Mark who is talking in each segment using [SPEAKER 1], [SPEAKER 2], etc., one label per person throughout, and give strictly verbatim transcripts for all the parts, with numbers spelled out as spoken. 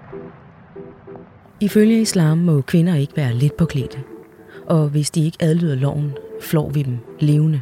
[SPEAKER 1] Ifølge islam må kvinder ikke være lidt påklædte, og hvis de ikke adlyder loven, flår vi dem levende.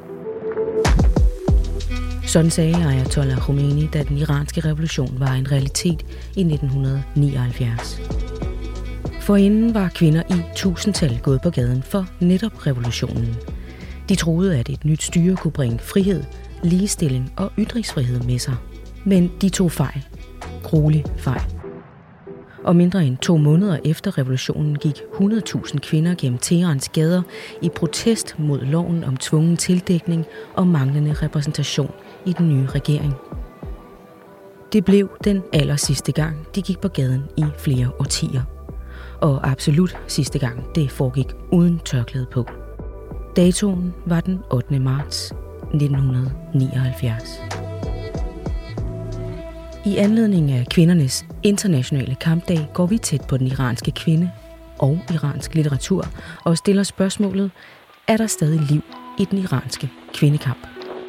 [SPEAKER 1] Sådan sagde Ayatollah Khomeini, da den iranske revolution var en realitet i nitten nioghalvfjerds. Forinden var kvinder i tusindtal gået på gaden for netop revolutionen. De troede, at et nyt styre kunne bringe frihed, ligestilling og ytringsfrihed med sig. Men de tog fejl. Gruelig fejl. Og mindre end to måneder efter revolutionen gik hundrede tusind kvinder gennem Teherans gader i protest mod loven om tvungen tildækning og manglende repræsentation i den nye regering. Det blev den aller sidste gang, de gik på gaden i flere årtier. Og absolut sidste gang, det foregik uden tørklæde på. Datoen var den ottende marts nitten nioghalvfjerds. I anledning af kvindernes internationale kampdag går vi tæt på den iranske kvinde og iransk litteratur og stiller spørgsmålet, er der stadig liv i den iranske kvindekamp?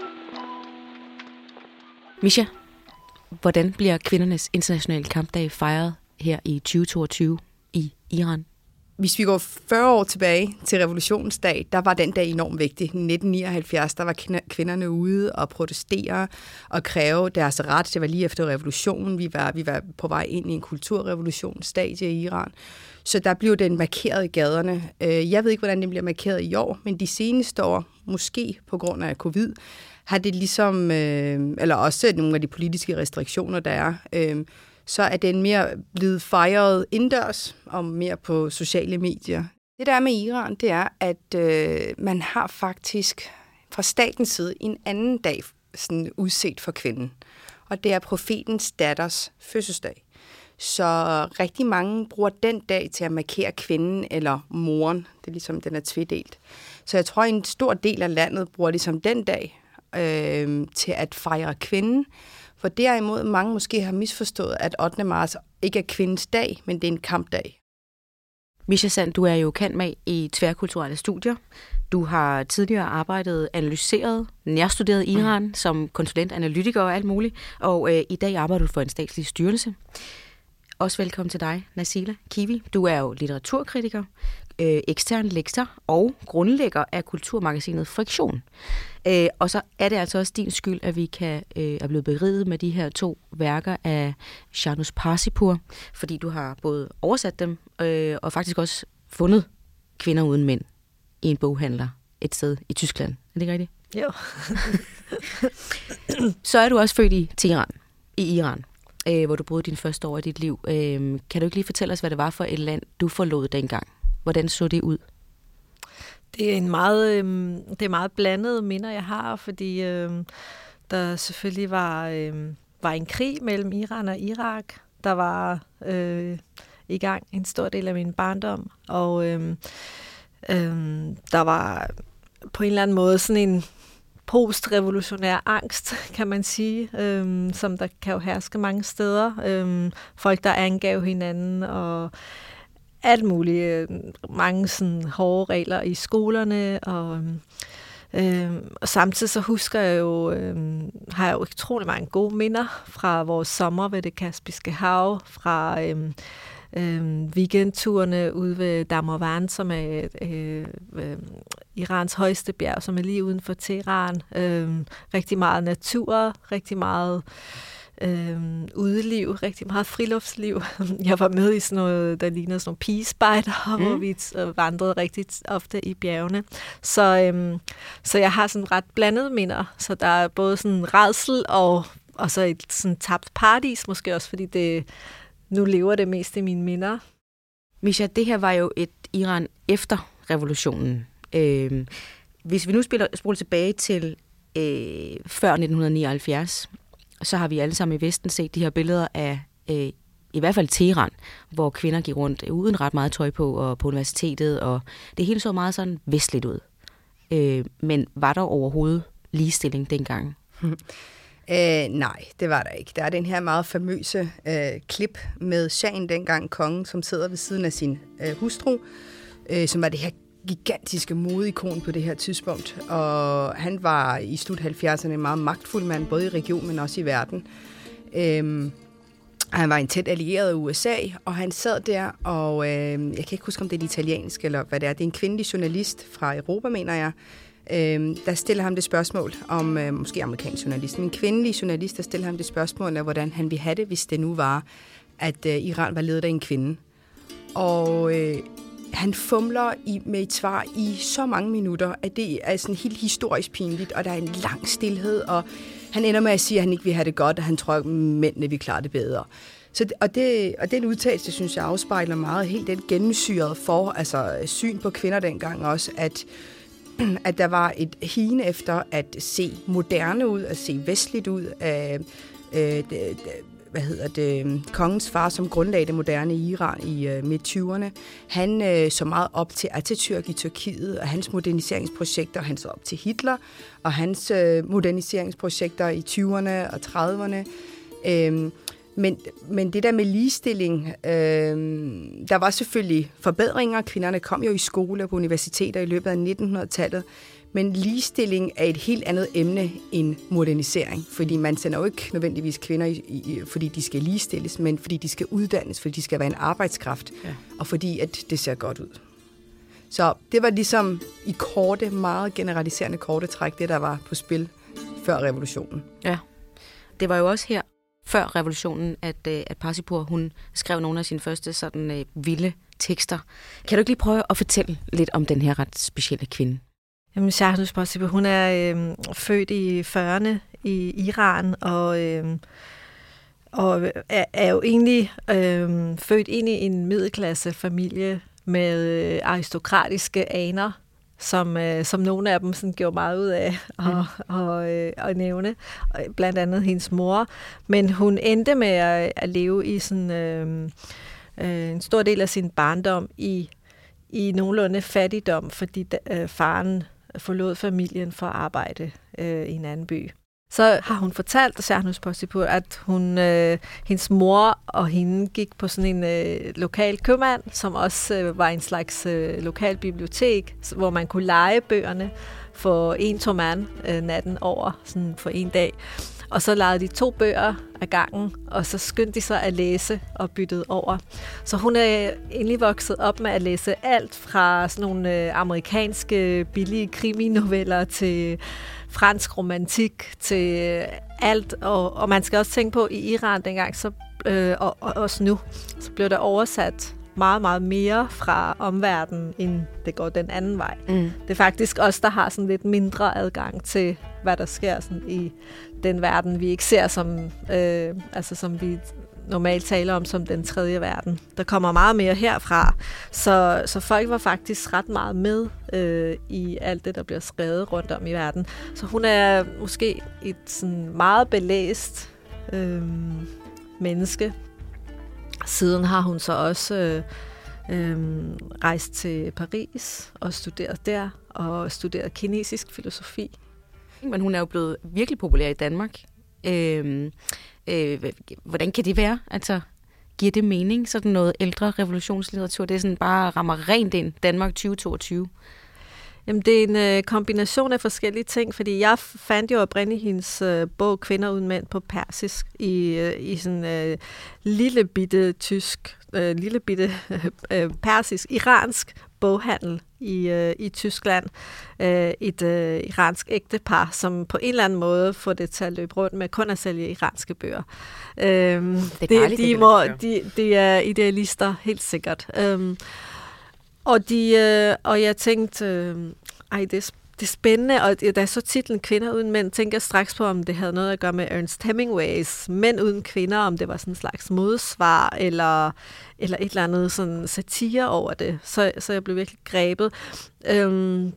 [SPEAKER 1] Misha, hvordan bliver kvindernes internationale kampdag fejret her i tyve toogtyve i Iran?
[SPEAKER 2] Hvis vi går fyrre år tilbage til revolutionens dag, der var den dag enormt vigtig. I nitten nioghalvfjerds, der var kvinderne ude og protestere og kræve deres ret. Det var lige efter revolutionen. Vi var, vi var på vej ind i en kulturrevolutionsstadie i Iran. Så der blev den markeret i gaderne. Jeg ved ikke, hvordan den bliver markeret i år, men de seneste år, måske på grund af covid, har det ligesom, eller også nogle af de politiske restriktioner, der er, så er den mere blevet fejret indendørs og mere på sociale medier. Det der er med Iran, det er, at øh, man har faktisk fra statens side en anden dag sådan udset for kvinden. Og det er profetens datters fødselsdag. Så rigtig mange bruger den dag til at markere kvinden eller moren. Det er ligesom, den er tvedelt. Så jeg tror, en stor del af landet bruger ligesom den dag øh, til at fejre kvinden. For derimod mange måske har misforstået, at ottende marts ikke er kvindens dag, men det er en kampdag.
[SPEAKER 1] Misha Sand, du er jo kendt med i tværkulturelle studier. Du har tidligere arbejdet, analyseret, nærstuderet Iran mm. som konsulent, analytiker og alt muligt. Og øh, i dag arbejder du for en statslig styrelse. Også velkommen til dig, Nasila Kiwi. Du er jo litteraturkritiker, øh, ekstern lektor og grundlægger af kulturmagasinet Friktion. Øh, og så er det altså også din skyld, at vi kan øh, er blevet beriget med de her to værker af Shahnaz Parsipur, fordi du har både oversat dem øh, og faktisk også fundet Kvinder uden mænd i en boghandler et sted i Tyskland. Er det ikke rigtigt?
[SPEAKER 3] Jo.
[SPEAKER 1] Så er du også født i Teheran, i Iran, øh, hvor du boede din første år i dit liv. Øh, kan du ikke lige fortælle os, hvad det var for et land, du forlod dengang? Hvordan så det ud?
[SPEAKER 3] Det er en meget, øh, det er meget blandede minder, jeg har, fordi øh, der selvfølgelig var, øh, var en krig mellem Iran og Irak. Der var øh, i gang en stor del af min barndom, og øh, øh, der var på en eller anden måde sådan en postrevolutionær angst, kan man sige, øh, som der kan jo herske mange steder. Øh, folk, der angav hinanden, og alt muligt. Mange sådan hårde regler i skolerne, og, øh, og samtidig så husker jeg jo, øh, har jeg jo utrolig mange gode minder fra vores sommer ved det Kaspiske Hav, fra øh, øh, weekendturene ude ved Damavand, som er øh, øh, Irans højeste bjerg, som er lige uden for Teheran. Øh, rigtig meget natur, rigtig meget Øhm, udeliv, rigtig meget friluftsliv. Jeg var med i sådan noget, der lignede sådan nogle pigespejder, mm. hvor vi vandrede rigtig ofte i bjergene. Så, øhm, så jeg har sådan ret blandet minder. Så der er både sådan rædsel og, og så et sådan tabt paradis, måske også, fordi det, nu lever det mest i mine minder.
[SPEAKER 1] Misha, det her var jo et Iran efter revolutionen. Øhm, hvis vi nu spiller, spoler tilbage til øh, før nitten nioghalvfjerds, så har vi alle sammen i Vesten set de her billeder af, øh, i hvert fald Teheran, hvor kvinder gik rundt uden ret meget tøj på, og på universitetet, og det hele så meget sådan vestligt ud. Øh, men var der overhovedet ligestilling dengang?
[SPEAKER 2] Øh, nej, det var der ikke. Der er den her meget famøse øh, klip med Shahen, dengang kongen, som sidder ved siden af sin øh, hustru, øh, som var det her gigantiske modeikon på det her tidspunkt, og han var i slut halvfjerdserne en meget magtfuld mand, både i regionen, men også i verden. Øhm, Han var en tæt allieret af U S A, og han sad der, og øh, jeg kan ikke huske, om det er det italienske, eller hvad det er. Det er en kvindelig journalist fra Europa, mener jeg, øh, der stiller ham det spørgsmål, om øh, måske amerikansk journalist, men en kvindelig journalist, der stiller ham det spørgsmål, af hvordan han ville have det, hvis det nu var, at øh, Iran var ledet af en kvinde. Og øh, han fumler i, med et svar i så mange minutter, at det er sådan helt historisk pinligt, og der er en lang stilhed, og han ender med at sige, at han ikke vil have det godt, og han tror, at mændene vil klare det bedre. Så, og, det, og den udtalelse, synes jeg, afspejler meget helt den gennemsyrede for, altså syn på kvinder dengang også, at, at der var et hine efter at se moderne ud, at se vestligt ud af øh, det, hvad hedder det, kongens far, som grundlagde det moderne Iran i øh, midt tyverne. Han øh, så meget op til Atatürk i Tyrkiet, og hans moderniseringsprojekter, han så op til Hitler, og hans øh, moderniseringsprojekter i tyverne og trediverne. Øhm, men, men det der med ligestilling, øh, der var selvfølgelig forbedringer. Kvinderne kom jo i skole og på universiteter i løbet af nitten hundrede-tallet, men ligestilling er et helt andet emne end modernisering, fordi man sender jo ikke nødvendigvis kvinder, i, i, fordi de skal ligestilles, men fordi de skal uddannes, fordi de skal være en arbejdskraft, ja. Og fordi at det ser godt ud. Så det var ligesom i korte, meget generaliserende korte træk, det der var på spil før revolutionen.
[SPEAKER 1] Ja, det var jo også her, før revolutionen, at, at Parsipur, hun skrev nogle af sine første sådan uh, vilde tekster. Kan du ikke lige prøve at fortælle lidt om den her ret specielle kvinde?
[SPEAKER 3] Jamen, Shahnaz Parsipur, hun er øh, født i fyrrerne i Iran, og, øh, og er, er jo egentlig øh, født ind i en middelklassefamilie med øh, aristokratiske aner, som, øh, som nogle af dem sådan gjorde meget ud af at, mm. og, øh, at nævne, blandt andet hendes mor. Men hun endte med at, at leve i sådan, øh, øh, en stor del af sin barndom i, i nogenlunde fattigdom, fordi øh, faren forlod familien for at arbejde øh, i en anden by. Så har hun fortalt Shahnaz Parsipur, at hun, øh, hendes mor og hende gik på sådan en øh, lokal købmand, som også øh, var en slags øh, lokal bibliotek, hvor man kunne leje bøgerne for en toman øh, natten over, sådan for en dag. Og så lejede de to bøger af gangen, og så skyndte de sig at læse og byttede over. Så hun er egentlig vokset op med at læse alt fra sådan nogle øh, amerikanske billige kriminoveller til fransk romantik til øh, alt. Og, og man skal også tænke på, at i Iran dengang, så, øh, og, og også nu, så blev der oversat meget, meget mere fra omverdenen, end det går den anden vej. Mm. Det er faktisk os, der har sådan lidt mindre adgang til, hvad der sker sådan i den verden, vi ikke ser som, øh, altså som vi normalt taler om som den tredje verden. Der kommer meget mere herfra, så, så folk var faktisk ret meget med øh, i alt det, der bliver skrevet rundt om i verden. Så hun er måske et sådan meget belæst øh, menneske. Siden har hun så også øh, øh, rejst til Paris og studeret der, og studeret kinesisk filosofi.
[SPEAKER 1] Men hun er jo blevet virkelig populær i Danmark. Øh, øh, hvordan kan det være? Altså, giver det mening, sådan noget ældre revolutionslitteratur? Det er sådan bare rammer rent ind Danmark tyve toogtyve.
[SPEAKER 3] Jamen, det er en øh, kombination af forskellige ting, fordi jeg fandt jo oprindeligt hendes øh, bog Kvinder uden mænd på persisk i, øh, i sådan øh, lille bitte tysk, øh, lille bitte øh, persisk, iransk boghandel i, øh, i Tyskland. Øh, et øh, iransk ægtepar, som på en eller anden måde får det til at løbe rundt med kun at sælge iranske bøger. Øh, det er dejligt, de, de, må, de, de er idealister, helt sikkert. Øh, Og, de, øh, og jeg tænkte, øh, ej, det er, det er spændende, og da jeg så titlen Kvinder uden mænd, tænkte jeg straks på, om det havde noget at gøre med Ernest Hemingways Mænd uden kvinder, om det var sådan en slags modsvar, eller, eller et eller andet sådan satire over det. Så, så jeg blev virkelig grebet. Øhm,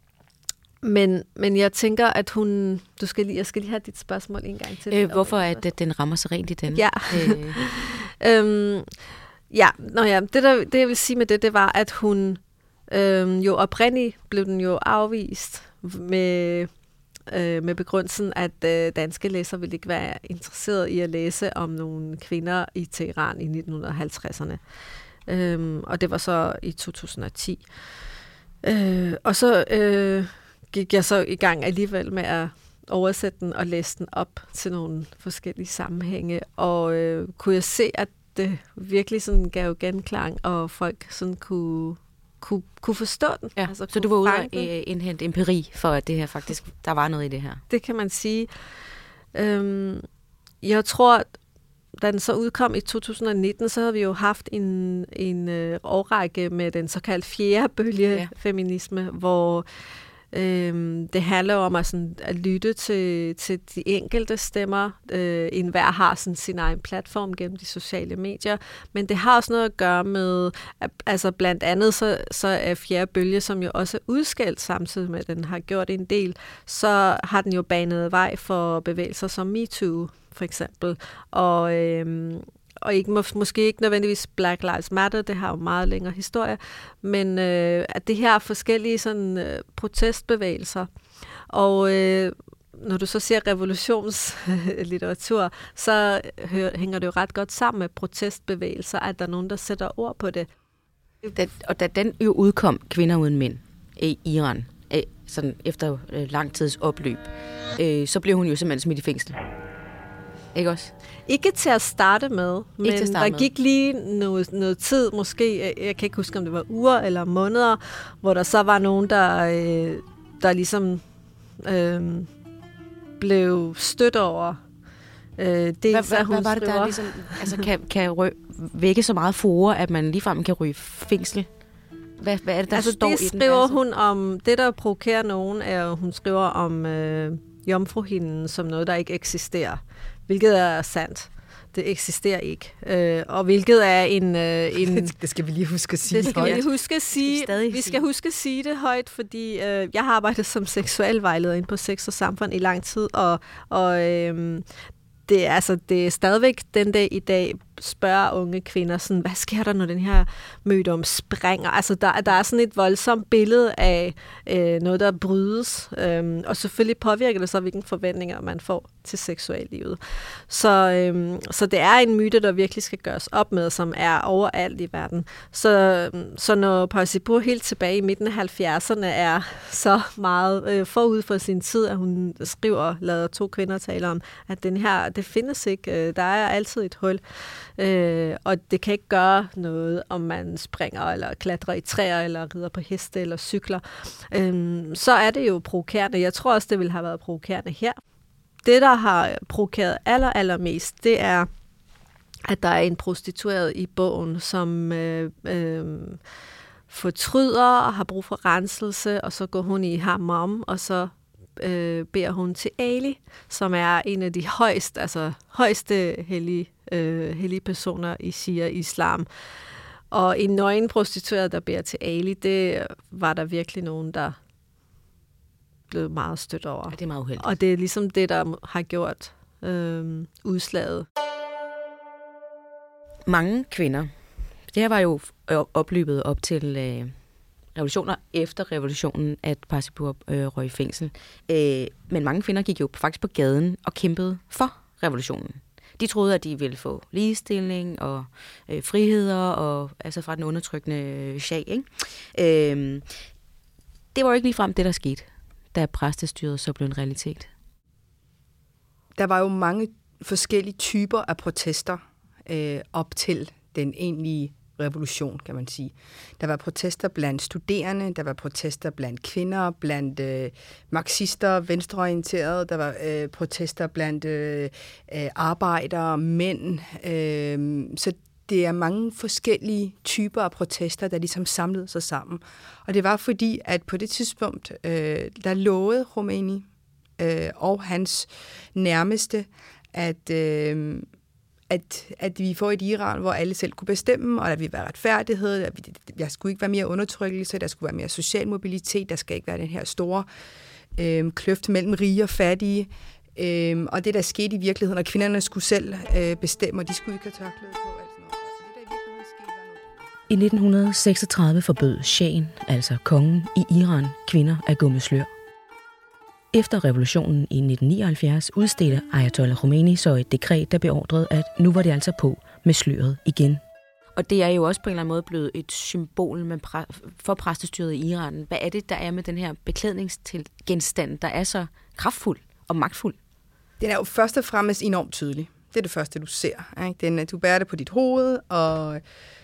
[SPEAKER 3] men, men jeg tænker, at hun... Du skal lige, jeg skal lige have dit spørgsmål en gang til.
[SPEAKER 1] Øh, hvorfor er det, den rammer så rent i den?
[SPEAKER 3] Ja. Øh. øhm, Ja, nå ja, det, der, det jeg vil sige med det, det var, at hun øh, jo oprindeligt blev den jo afvist med, øh, med begrundelsen, at øh, danske læsere ville ikke være interesseret i at læse om nogle kvinder i Teheran i nitten halvtredserne. Øh, og det var så i to tusind og ti. Øh, og så øh, gik jeg så i gang alligevel med at oversætte den og læse den op til nogle forskellige sammenhænge. Og øh, kunne jeg se, at det virkelig sådan gav genklang, og folk sådan kunne, kunne, kunne forstå den.
[SPEAKER 1] Ja, altså, så du var ude og indhente empiri for, at det her faktisk, der var noget i det her?
[SPEAKER 3] Det kan man sige. Øhm, jeg tror, da den så udkom i to tusind og nitten, så havde vi jo haft en, en øh, årrække med den såkaldte fjerde bølge ja. feminisme, hvor Øhm, det handler om at, sådan, at lytte til, til de enkelte stemmer. Øh, enhver har sådan, sin egen platform gennem de sociale medier, men det har også noget at gøre med, at, altså blandt andet så, så er fjerde bølge, som jo også er udskældt samtidig med, at den har gjort en del, så har den jo banet vej for bevægelser som MeToo for eksempel, og øhm, og ikke, mås- måske ikke nødvendigvis Black Lives Matter, det har jo meget længere historie, men øh, at det her er forskellige sådan, øh, protestbevægelser. Og øh, når du så ser revolutionslitteratur, så hø- hænger det jo ret godt sammen med protestbevægelser, at der er nogen, der sætter ord på det.
[SPEAKER 1] Da, og da den jo udkom, Kvinder uden mænd, i Iran, øh, sådan efter øh, lang tids opløb, øh, så blev hun jo simpelthen smidt i fængsel. Ikke også?
[SPEAKER 3] Ikke til at starte med, men
[SPEAKER 1] at starte
[SPEAKER 3] der gik lige noget, noget tid, måske, jeg kan ikke huske, om det var uger eller måneder, hvor der så var nogen, der, øh, der ligesom øh, blev stødt over. Øh, dels,
[SPEAKER 1] hvad, hvad, hvad var det, der ligesom, altså, kan, kan rø- vække så meget furore, at man ligefrem kan ryge fængsel? Hvad, hvad er det, der
[SPEAKER 3] altså,
[SPEAKER 1] står
[SPEAKER 3] det
[SPEAKER 1] i den?
[SPEAKER 3] Skriver
[SPEAKER 1] altså?
[SPEAKER 3] hun om, det, der provokerer nogen, er, hun skriver om øh, jomfruhinden som noget, der ikke eksisterer. Hvilket er sandt. Det eksisterer ikke. Øh, og hvilket er en... Øh, en
[SPEAKER 2] det skal vi lige huske at sige
[SPEAKER 3] Det skal
[SPEAKER 2] højt.
[SPEAKER 3] vi huske at sige. Vi, vi skal huske at sige det højt, fordi øh, jeg har arbejdet som seksualvejleder inde på Sex og Samfund i lang tid, og, og øh, det, er, altså, det er stadigvæk den dag i dag, spørger unge kvinder, sådan, hvad sker der, når den her mødom springer? Altså, der, der er sådan et voldsomt billede af øh, noget, der brydes, øhm, og selvfølgelig påvirker det så, hvilke forventninger man får til seksuallivet. Så, øhm, så det er en myte, der virkelig skal gøres op med, som er overalt i verden. Så, så når Parsipur helt tilbage i midten af halvfjerdserne er så meget øh, forud for sin tid, at hun skriver, lader to kvinder tale om, at den her, det findes ikke. Der er altid et hul. Øh, og det kan ikke gøre noget, om man springer eller klatrer i træer, eller rider på heste eller cykler. Øh, så er det jo provokerende. Jeg tror også, det ville have været provokerende her. Det, der har provokeret aller, allermest, det er, at der er en prostitueret i bogen, som øh, øh, fortryder og har brug for renselse, og så går hun i hammam, og så øh, beder hun til Ali, som er en af de højeste, altså højeste hellige Øh, hellige personer i Shia islam. Og en nøgen prostitueret, der beder til Ali, det var der virkelig nogen, der blev meget stødt over.
[SPEAKER 1] Ja, det er meget uheldigt.
[SPEAKER 3] Og det er ligesom det, der har gjort øh, udslaget.
[SPEAKER 1] Mange kvinder, det her var jo opløbet op til øh, revolutioner efter revolutionen, at Parsipur øh, røg i fængsel. Øh, men mange kvinder gik jo faktisk på gaden og kæmpede for revolutionen. De troede, at de ville få ligestilling og øh, friheder og altså fra den undertrykkende shah, ikke? Øh, det var jo ikke ligefrem det, der skete, da præstestyret så blev en realitet.
[SPEAKER 2] Der var jo mange forskellige typer af protester øh, op til den egentlige revolution, kan man sige. Der var protester blandt studerende, der var protester blandt kvinder, blandt øh, marxister, venstreorienterede, der var øh, protester blandt øh, arbejdere, mænd. Øh, så det er mange forskellige typer af protester, der ligesom samlede sig sammen. Og det var fordi, at på det tidspunkt, øh, der lovede Khomeini øh, og hans nærmeste, at øh, At, at vi får et Iran, hvor alle selv kunne bestemme, og der vil være retfærdighed, der, der skulle ikke være mere undertrykkelse, der skulle være mere social mobilitet, der skal ikke være den her store øh, kløft mellem rige og fattige. Øh, og det, der skete i virkeligheden, og kvinderne skulle selv øh, bestemme, og de skulle ikke have tørklæde på. Altså noget. Det, der i virkeligheden skete, var noget.
[SPEAKER 1] I nitten seksogtredive forbød shahen, altså kongen i Iran, kvinder at gå med slør. Efter revolutionen i nitten nioghalvfjerds udstedte Ayatollah Khomeini så et dekret, der beordrede, at nu var det altså på med sløret igen. Og det er jo også på en eller anden måde blevet et symbol med præ- for præstestyret i Iran. Hvad er det, der er med den her beklædningsgenstand, der er så kraftfuld og magtfuld?
[SPEAKER 2] Den er jo først og fremmest enormt tydelig. Det er det første, du ser. Ikke? Den, du bærer det på dit hoved, og,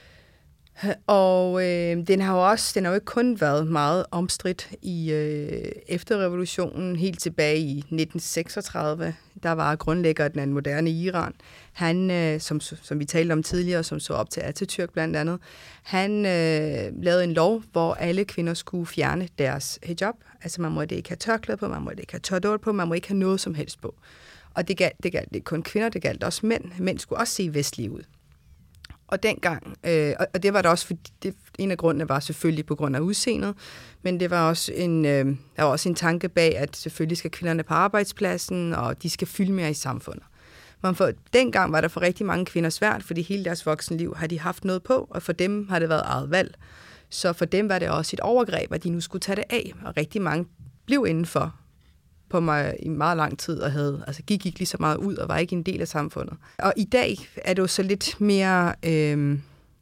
[SPEAKER 2] og øh, den har jo også, den har jo ikke kun været meget omstridt i øh, efterrevolutionen, helt tilbage i nitten seksogtredive. Der var grundlæggeren af den moderne Iran. Han, øh, som, som vi talte om tidligere, som så op til Atatürk blandt andet, han øh, lavede en lov, hvor alle kvinder skulle fjerne deres hijab. Altså man måtte ikke have tørklæde på, man måtte ikke have tørdål på, man må ikke have noget som helst på. Og det galt, det galt ikke kun kvinder, det galt også mænd. Mænd skulle også se vestlige ud. Og dengang, øh, og det var der også, fordi det, en af grundene var selvfølgelig på grund af udseendet, men det var også en, øh, der var også en tanke bag, at selvfølgelig skal kvinderne på arbejdspladsen, og de skal fylde mere i samfundet. Men for dengang var det for rigtig mange kvinder svært, fordi hele deres voksenliv har de haft noget på, og for dem har det været eget valg. Så for dem var det også et overgreb, at de nu skulle tage det af, og rigtig mange blev indenfor på mig i meget lang tid, og havde, altså gik ikke lige så meget ud, og var ikke en del af samfundet. Og i dag er det jo så lidt mere, øh,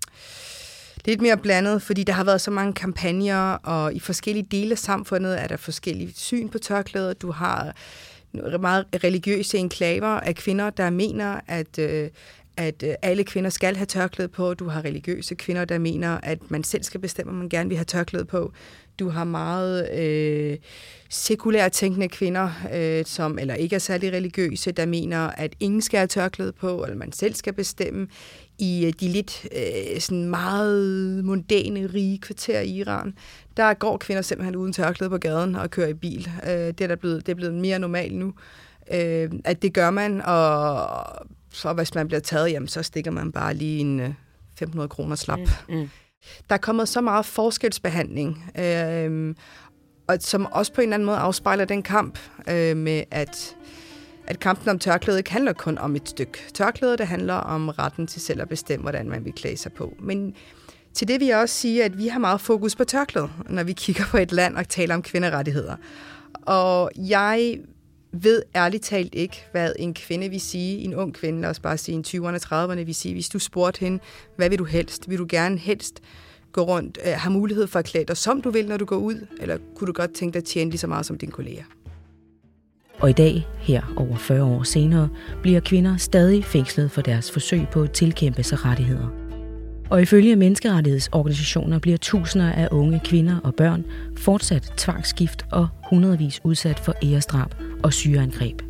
[SPEAKER 2] lidt mere blandet, fordi der har været så mange kampagner, og i forskellige dele af samfundet er der forskellige syn på tørklæder. Du har meget religiøse enklaver af kvinder, der mener, at, øh, at alle kvinder skal have tørklæde på. Du har religiøse kvinder, der mener, at man selv skal bestemme, om man gerne vil have tørklæde på. Du har meget øh, sekulært tænkende kvinder, øh, som eller ikke er særlig religiøse, der mener, at ingen skal have tørklæde på, eller man selv skal bestemme. I de lidt øh, sådan meget mondæne, rige kvarterer i Iran, der går kvinder simpelthen uden tørklæde på gaden og kører i bil. Øh, det, er der blevet, det er blevet mere normalt nu. Øh, at det gør man, og så hvis man bliver taget, jamen, så stikker man bare lige en øh, fem hundrede kroner slap. Mm, mm. Der er kommet så meget forskelsbehandling, øh, og som også på en eller anden måde afspejler den kamp øh, med, at, at kampen om tørklæde ikke handler kun om et stykke tørklæde, det handler om retten til selv at bestemme, hvordan man vil klæde sig på. Men til det vil jeg også sige, at vi har meget fokus på tørklæde, når vi kigger på et land og taler om kvinderettigheder. Og jeg ved ærligt talt ikke, hvad en kvinde vil sige, en ung kvinde, lad os bare sige en tyverne, trediverne, vil sige, hvis du spurgte hende, hvad vil du helst? Vil du gerne helst gå rundt, øh, have mulighed for at klæde dig, som du vil, når du går ud, eller kunne du godt tænke dig at tjene lige så meget som dine kolleger?
[SPEAKER 1] Og i dag, her over fyrre år senere, bliver kvinder stadig fængslet for deres forsøg på at tilkæmpe sig rettigheder. Og ifølge menneskerettighedsorganisationer bliver tusinder af unge kvinder og børn fortsat tvangsgift og hundredvis udsat for æresdrab og syreangreb.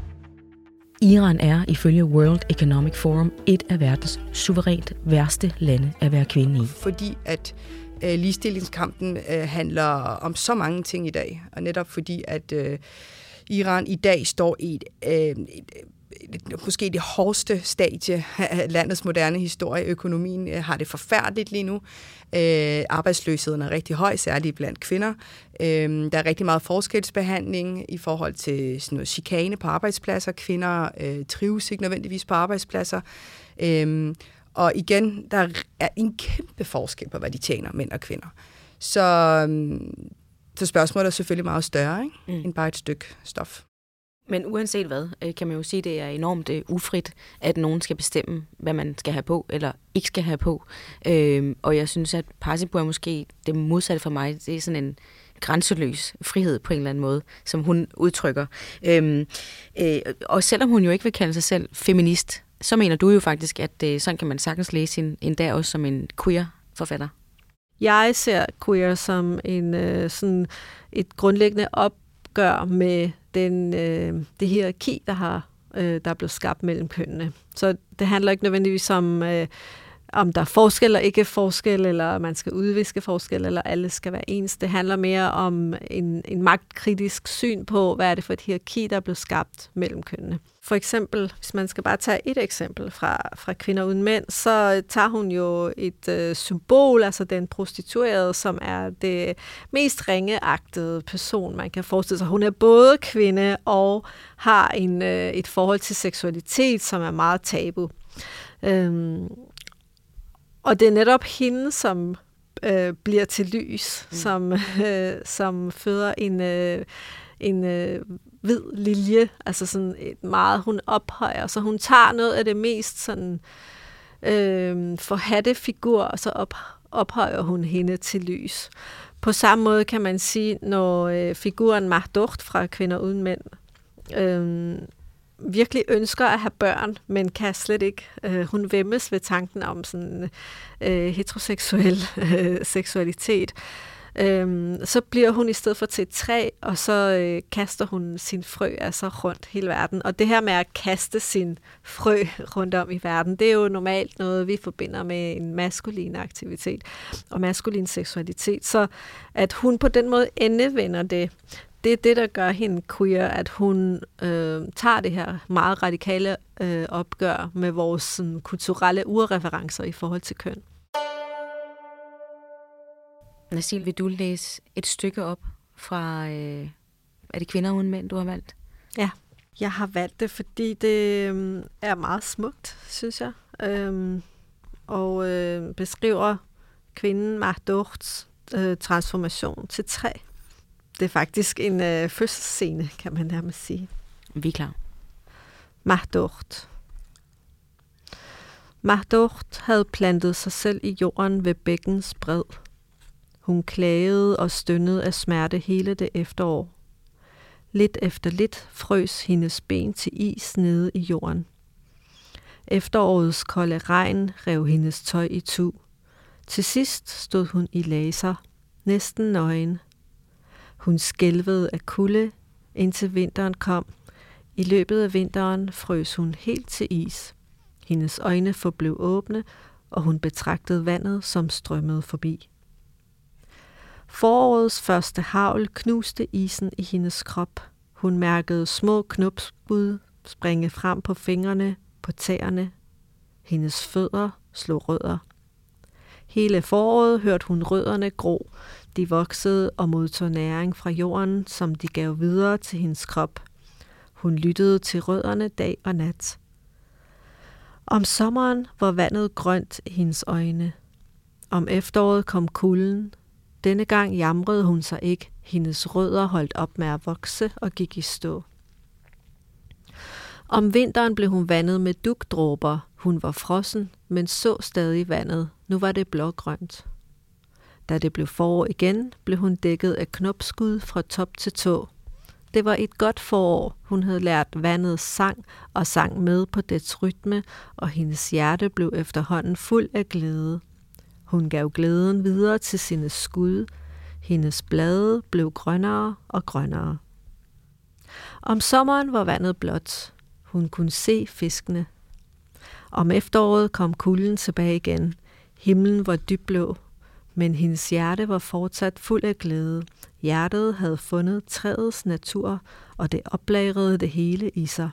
[SPEAKER 1] Iran er ifølge World Economic Forum et af verdens suverænt værste lande at være kvinde i.
[SPEAKER 2] Fordi at øh, ligestillingskampen øh, handler om så mange ting i dag, og netop fordi at øh, Iran i dag står i et, øh, et måske det hårdeste stadie af landets moderne historie. Økonomien har det forfærdeligt lige nu. Øh, arbejdsløsheden er rigtig høj, særligt blandt kvinder. Øh, der er rigtig meget forskelsbehandling i forhold til sådan noget chikane på arbejdspladser. Kvinder øh, trives ikke nødvendigvis på arbejdspladser. Øh, og igen, der er en kæmpe forskel på, hvad de tjener, mænd og kvinder. Så, øh, så spørgsmålet er selvfølgelig meget større, ikke? Mm. end bare et stykke stof.
[SPEAKER 1] Men uanset hvad, kan man jo sige, at det er enormt ufrit, at nogen skal bestemme, hvad man skal have på eller ikke skal have på. Øhm, og jeg synes, at Parsipur er måske det modsatte for mig. Det er sådan en grænseløs frihed på en eller anden måde, som hun udtrykker. Øhm, øh, og selvom hun jo ikke vil kalde sig selv feminist, så mener du jo faktisk, at øh, sådan kan man sagtens læse en, endda også som en queer-forfatter.
[SPEAKER 3] Jeg ser queer som en øh, sådan et grundlæggende opgør med den, øh, det hierarki, der, har, øh, der er blevet skabt mellem kønnene. Så det handler ikke nødvendigvis om, øh, om der er forskel eller ikke forskel, eller man skal udviske forskel, eller alle skal være ens. Det handler mere om en, en magtkritisk syn på, hvad er det for et hierarki, der er blevet skabt mellem kønnene. For eksempel, hvis man skal bare tage et eksempel fra, fra Kvinder uden mænd, så tager hun jo et øh, symbol, altså den prostituerede, som er det mest ringeagtede person, man kan forestille sig. Hun er både kvinde og har en, øh, et forhold til seksualitet, som er meget tabu. Øhm, og det er netop hende, som øh, bliver til lys, mm. som, øh, som føder en... Øh, en øh, hvid lilje, altså sådan et meget, hun ophøjer, så hun tager noget af det mest sådan øh, forhatte figur, og så op, ophøjer hun hende til lys. På samme måde kan man sige, når øh, figuren Mahdoht fra Kvinder uden mænd øh, virkelig ønsker at have børn, men kan slet ikke. Øh, hun væmmes ved tanken om sådan øh, heteroseksuel øh, seksualitet. Øhm, så bliver hun i stedet for til et træ, og så øh, kaster hun sin frø altså rundt hele verden. Og det her med at kaste sin frø rundt om i verden, det er jo normalt noget, vi forbinder med en maskulin aktivitet og maskulin seksualitet. Så at hun på den måde endevender det, det er det, der gør hende queer, at hun øh, tager det her meget radikale øh, opgør med vores sådan, kulturelle urreferencer i forhold til køn.
[SPEAKER 1] Nasil, vil du læse et stykke op fra, øh, er det Kvinder uden mænd, du har valgt?
[SPEAKER 3] Ja, jeg har valgt det, fordi det øh, er meget smukt, synes jeg, øhm, og øh, beskriver kvinden Mahdourts øh, transformation til træ. Det er faktisk en øh, fødselsscene, kan man nærmest sige.
[SPEAKER 1] Vi er klar.
[SPEAKER 3] Mahdourt. Mahdourt havde plantet sig selv i jorden ved bækkens bred. Hun klagede og stønnede af smerte hele det efterår. Lidt efter lidt frøs hendes ben til is nede i jorden. Efterårets kolde regn rev hendes tøj itu. Til sidst stod hun i laser, næsten nøgen. Hun skælvede af kulde, indtil vinteren kom. I løbet af vinteren frøs hun helt til is. Hendes øjne forblev åbne, og hun betragtede vandet, som strømmede forbi. Forårets første hagl knuste isen i hendes krop. Hun mærkede små knopskud springe frem på fingrene, på tæerne. Hendes fødder slog rødder. Hele foråret hørte hun rødderne gro. De voksede og modtog næring fra jorden, som de gav videre til hendes krop. Hun lyttede til rødderne dag og nat. Om sommeren var vandet grønt i hendes øjne. Om efteråret kom kulden. Denne gang jamrede hun sig ikke. Hendes rødder holdt op med at vokse og gik i stå. Om vinteren blev hun vandet med dugdråber. Hun var frossen, men så stadig vandet. Nu var det blågrønt. Da det blev forår igen, blev hun dækket af knopskud fra top til tå. Det var et godt forår. Hun havde lært vandet sang og sang med på dets rytme, og hendes hjerte blev efterhånden fuld af glæde. Hun gav glæden videre til sine skud. Hendes blade blev grønnere og grønnere. Om sommeren var vandet blåt. Hun kunne se fiskene. Om efteråret kom kulden tilbage igen. Himlen var dybblå, men hendes hjerte var fortsat fuld af glæde. Hjertet havde fundet træets natur, og det oplagrede det hele i sig.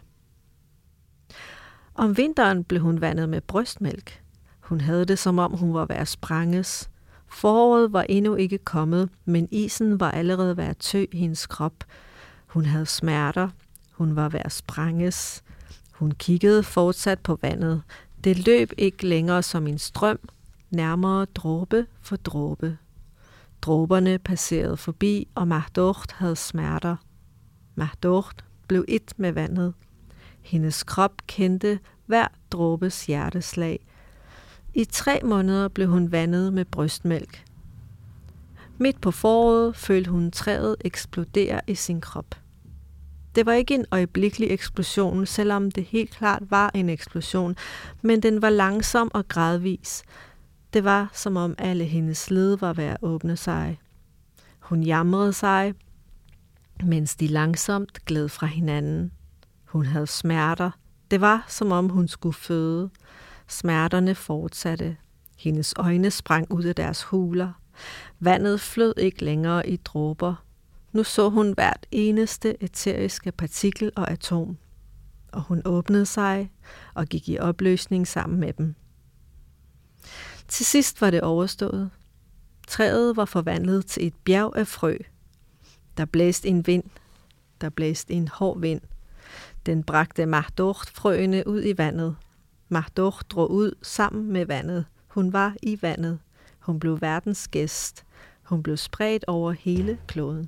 [SPEAKER 3] Om vinteren blev hun vandet med brystmælk. Hun havde det, som om hun var ved at sprænges. Foråret var endnu ikke kommet, men isen var allerede ved at tø i hendes krop. Hun havde smerter. Hun var ved at sprænges. Hun kiggede fortsat på vandet. Det løb ikke længere som en strøm, nærmere dråbe for dråbe. Dråberne passerede forbi, og Mahdourt havde smerter. Mahdourt blev et med vandet. Hendes krop kendte hver dråbes hjerteslag. I tre måneder blev hun vandet med brystmælk. Midt på foråret følte hun træet eksplodere i sin krop. Det var ikke en øjeblikkelig eksplosion, selvom det helt klart var en eksplosion, men den var langsom og gradvis. Det var, som om alle hendes led var ved at åbne sig. Hun jamrede sig, mens de langsomt gled fra hinanden. Hun havde smerter. Det var, som om hun skulle føde. Smerterne fortsatte. Hendes øjne sprang ud af deres huler. Vandet flød ikke længere i dråber. Nu så hun hvert eneste æteriske partikel og atom. Og hun åbnede sig og gik i opløsning sammen med dem. Til sidst var det overstået. Træet var forvandlet til et bjerg af frø. Der blæste en vind. Der blæste en hård vind. Den bragte Mahdourt-frøene ud i vandet. Mahdourt drog ud sammen med vandet. Hun var i vandet. Hun blev verdens gæst. Hun blev spredt over hele kloden.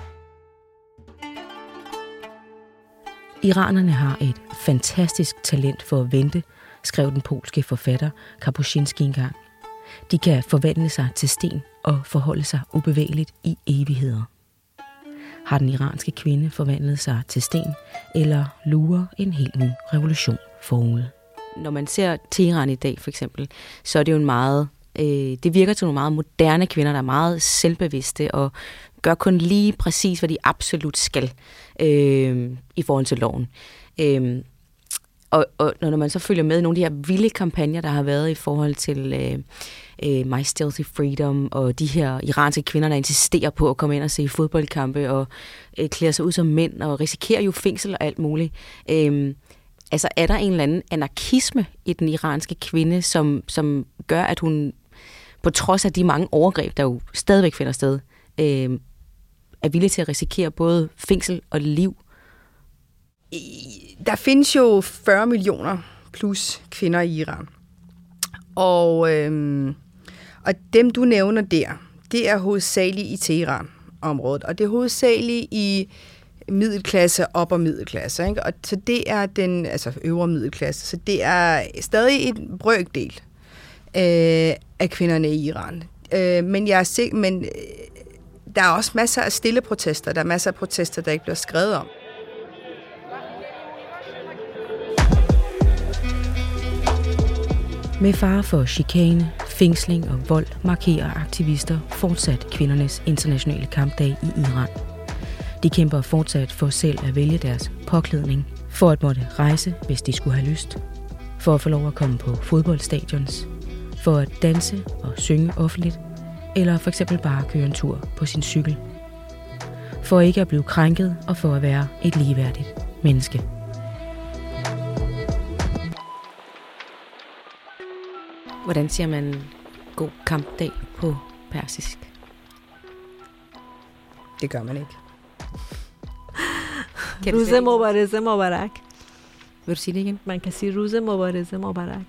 [SPEAKER 1] Iranerne har et fantastisk talent for at vente, skrev den polske forfatter Kapuscinski engang. De kan forvandle sig til sten og forholde sig ubevægeligt i evigheder. Har den iranske kvinde forvandlet sig til sten, eller lurer en helt ny revolution forude? Når man ser Teheran i dag for eksempel, så er det jo en meget, øh, det virker til nogle meget moderne kvinder, der er meget selvbevidste og gør kun lige præcis, hvad de absolut skal øh, i forhold til loven. Øh, og, og når man så følger med i nogle af de her vilde kampagner, der har været i forhold til øh, øh, My Stealthy Freedom, og de her iranske kvinder, der insisterer på at komme ind og se fodboldkampe, og øh, klæder sig ud som mænd, og risikerer jo fængsel og alt muligt. Øh, altså er der en eller anden anarkisme i den iranske kvinde, som, som gør, at hun på trods af de mange overgreb, der jo stadigvæk finder sted, øh, er villig til at risikere både fængsel og liv?
[SPEAKER 2] Der findes jo fyrre millioner plus kvinder i Iran. Og, øhm, og dem, du nævner der, det er hovedsageligt i Teheran-området. Og det er hovedsageligt i middelklasse, upper middelklasse. Ikke? Og så det er den altså øvre middelklasse. Så det er stadig en brøkdel øh, af kvinderne i Iran. Øh, men jeg er sikker, men øh, der er også masser af stille protester. Der er masser af protester, der ikke bliver skrevet om.
[SPEAKER 1] Med fare for chikane, fængsling og vold markerer aktivister fortsat kvindernes internationale kampdag i Iran. De kæmper fortsat for selv at vælge deres påklædning, for at måtte rejse, hvis de skulle have lyst, for at få lov at komme på fodboldstadions, for at danse og synge offentligt, eller for eksempel bare køre en tur på sin cykel. For ikke at blive krænket og for at være et ligeværdigt menneske. Hvordan siger man god kampdag på persisk?
[SPEAKER 2] Det gør man ikke.
[SPEAKER 3] Ruze Mobareze Mubarak.
[SPEAKER 1] Vil du sige det igen?
[SPEAKER 3] Man kan sige Ruze Mobareze Mubarak.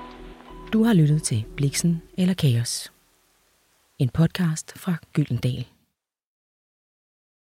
[SPEAKER 1] Du har lyttet til Blixen eller Kaos. En podcast fra Gyldendal.